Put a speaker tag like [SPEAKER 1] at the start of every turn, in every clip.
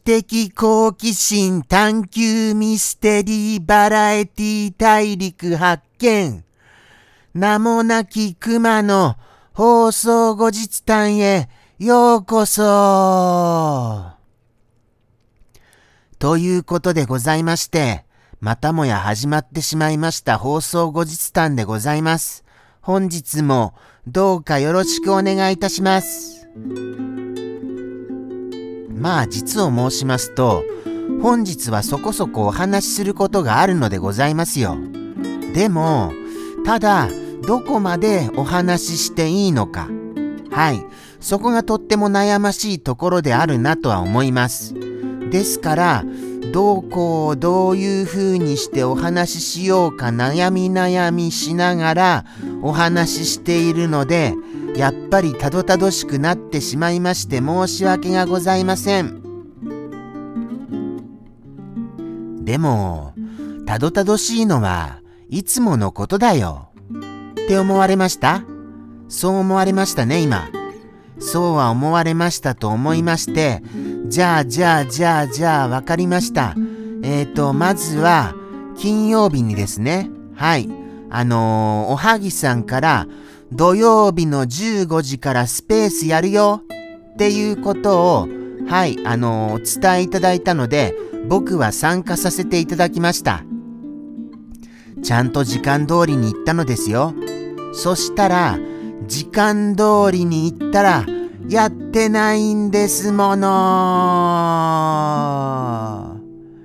[SPEAKER 1] 的好奇心探求ミステリーバラエティ大陸発見。名もなき熊の放送後日談へようこそ。ということでございまして、またもや始まってしまいました放送後日談でございます。本日もどうかよろしくお願いいたします。まあ実を申しますと、本日はそこそこお話しすることがあるのでございますよ。でも、ただどこまでお話ししていいのか、はい、そこがとっても悩ましいところであるなとは思います。ですから、どういう風にしてお話ししようか悩みしながらお話ししているので、やっぱりたどたどしくなってしまいまして申し訳がございません。でも、たどたどしいのはいつものことだよって思われました？そう思われましたね、今。そうは思われましたと思いまして、じゃあ、わかりました。まずは、金曜日にですね、はい、おはぎさんから、土曜日の15時からスペースやるよっていうことを、はい、お伝えいただいたので、僕は参加させていただきました。ちゃんと時間通りに行ったのですよ。そしたら、時間通りに行ったら、やってないんですもの。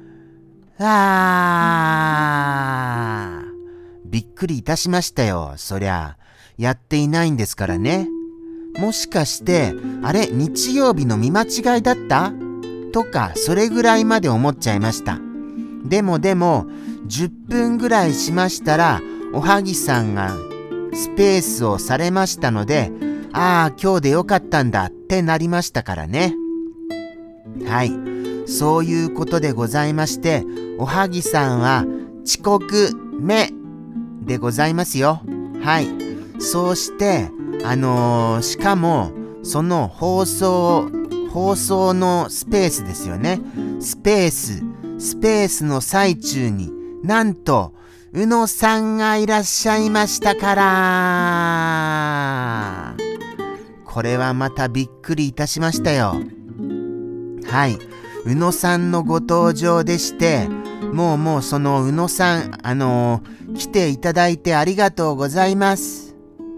[SPEAKER 1] びっくりいたしましたよ。そりゃ、やっていないんですからね。もしかして、あれ、日曜日の見間違いだったとか、それぐらいまで思っちゃいました。でも、10分ぐらいしましたら、おはぎさんがスペースをされましたので、今日でよかったんだってなりましたからね。はい。そういうことでございまして、おはぎさんは遅刻目でございますよ。はい。そうして、しかも、その放送のスペースですよね。スペースの最中に、なんと、宇野さんがいらっしゃいましたから。これはまたびっくりいたしましたよ。はい。宇野さんのご登場でして、もうその宇野さん、来ていただいてありがとうございます。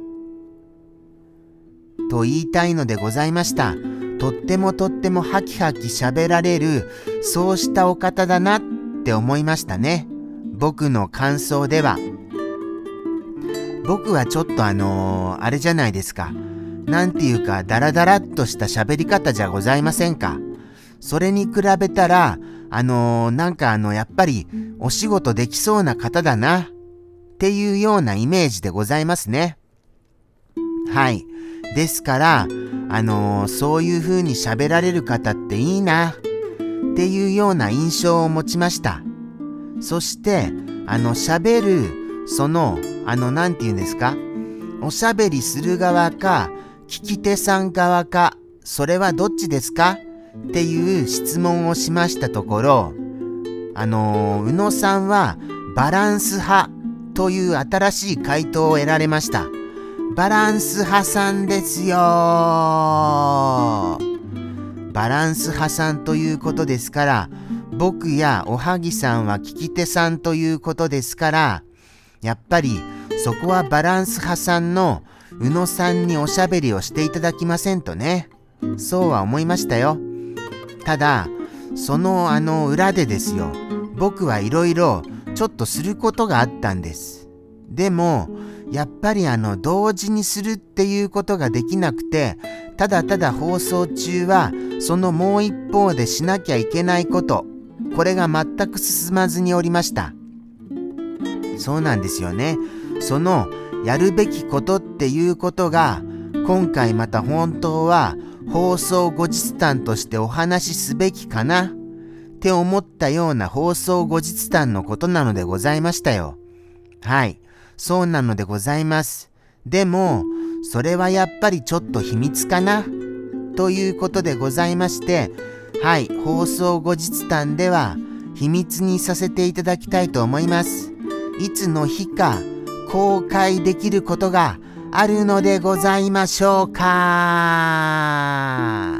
[SPEAKER 1] と言いたいのでございました。とってもハキハキ喋られる、そうしたお方だなって思いましたね。僕の感想では。僕はちょっとあれじゃないですか。なんていうか、ダラダラっとした喋り方じゃございませんか。それに比べたら、やっぱりお仕事できそうな方だなっていうようなイメージでございますね。はい。ですから、そういう風に喋られる方っていいなっていうような印象を持ちました。そして、喋る、なんていうんですか、おしゃべりする側か、聞き手さん側か、それはどっちですかっていう質問をしましたところ、宇野さんはバランス派という新しい回答を得られました。バランス派さんですよ。バランス派さんということですから、僕やおはぎさんは聞き手さんということですから、やっぱりそこはバランス派さんの宇野さんにおしゃべりをしていただきませんとね。そうは思いましたよ。ただ、その裏でですよ、僕はいろいろちょっとすることがあったんです。でも、やっぱり同時にするっていうことができなくて、ただ放送中はそのもう一方でしなきゃいけないこと、これが全く進まずにおりました。そうなんですよね。そのやるべきことっていうことが、今回また本当は放送後日談としてお話しすべきかなって思ったような放送後日談のことなのでございましたよ。はい、そうなのでございます。でも、それはやっぱりちょっと秘密かなということでございまして、 はい、放送後日談では秘密にさせていただきたいと思います。いつの日か公開できることがあるのでございましょうか。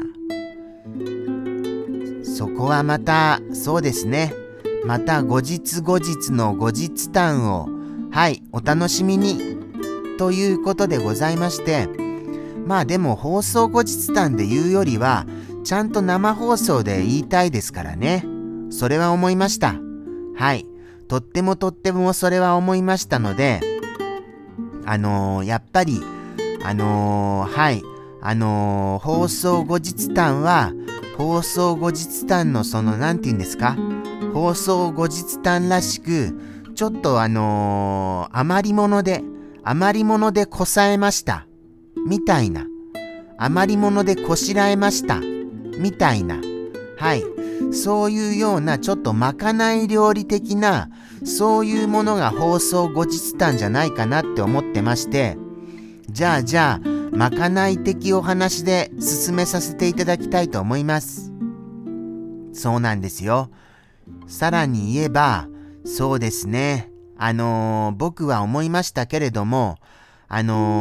[SPEAKER 1] そこはまた、そうですね。また後日の後日談を、はい、お楽しみにということでございまして、まあでも放送後日談で言うよりは、ちゃんと生放送で言いたいですからね。それは思いました。はい。とってもそれは思いましたので、やっぱり、はい。放送後日談は、放送後日談のなんて言うんですか？放送後日談らしく、ちょっと余り物でこさえました。みたいな。余り物でこしらえました。みたいな。はい。そういうようなちょっとまかない料理的なそういうものが放送後日談じゃないかなって思ってまして、じゃあまかない的お話で進めさせていただきたいと思います。そうなんですよ。さらに言えばそうですね、僕は思いましたけれども、ち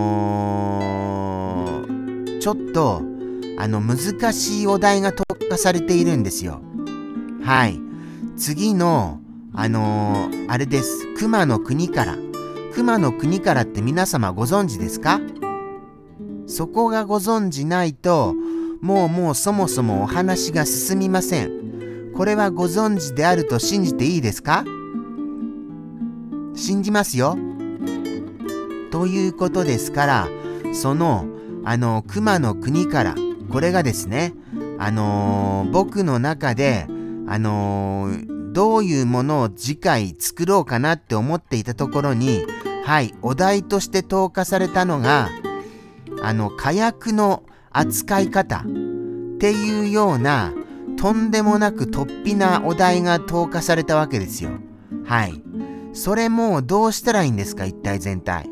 [SPEAKER 1] ょっと難しいお題が投下されているんですよ。はい。次のあれです。熊の国から。熊の国からって皆様ご存知ですか？そこがご存知ないと、もうそもそもお話が進みません。これはご存知であると信じていいですか？信じますよ。ということですから、熊の国から、これがですね、僕の中で、どういうものを次回作ろうかなって思っていたところに、はい、お題として投下されたのが、火薬の扱い方っていうような、とんでもなく突飛なお題が投下されたわけですよ。はい。それもどうしたらいいんですか？一体全体。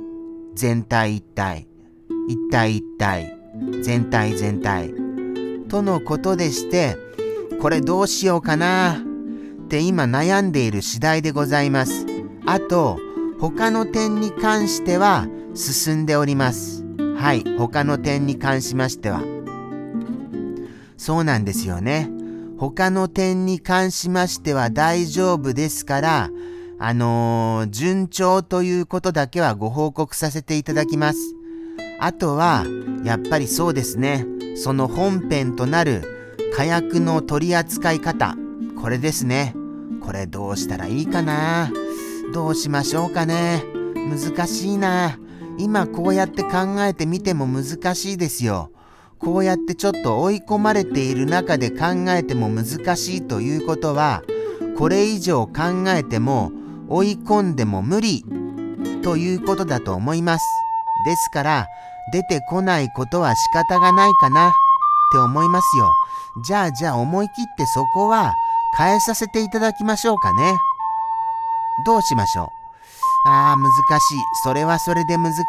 [SPEAKER 1] とのことでして、これどうしようかなって今悩んでいる次第でございます。あと、他の点に関しては進んでおります。はい、他の点に関しましては。そうなんですよね。他の点に関しましては大丈夫ですから、順調ということだけはご報告させていただきます。あとは、やっぱりそうですね。その本編となる火薬の取り扱い方。これですね。これどうしたらいいかな？どうしましょうかね？難しいな。今こうやって考えてみても難しいですよ。こうやってちょっと追い込まれている中で考えても難しいということは、これ以上考えても追い込んでも無理ということだと思います。ですから出てこないことは仕方がないかなって思いますよ。じゃあ思い切ってそこは変えさせていただきましょうかね。どうしましょう？難しい。それはそれで難しい。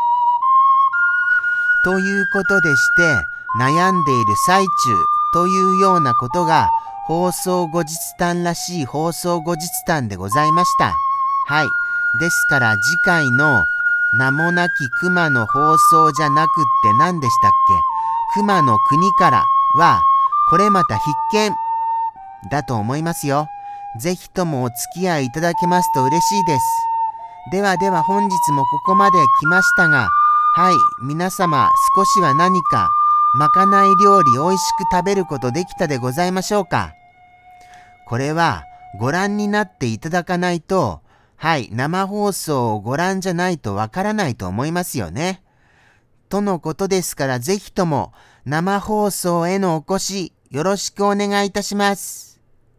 [SPEAKER 1] ということでして悩んでいる最中というようなことが放送後日談らしい放送後日談でございました。はい。ですから次回の名もなき熊の放送じゃなくって何でしたっけ？熊の国からはこれまた必見だと思いますよ。ぜひともお付き合いいただけますと嬉しいです。では本日もここまで来ましたが、はい、皆様少しは何かまかない料理おいしく食べることできたでございましょうか？これはご覧になっていただかないと、はい、生放送をご覧じゃないとわからないと思いますよね。とのことですからぜひとも生放送へのお越しよろしくお願いいたします。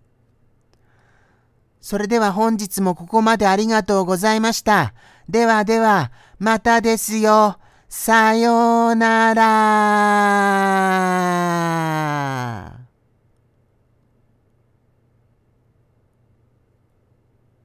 [SPEAKER 1] それでは本日もここまでありがとうございました。ではまたですよ。さようなら。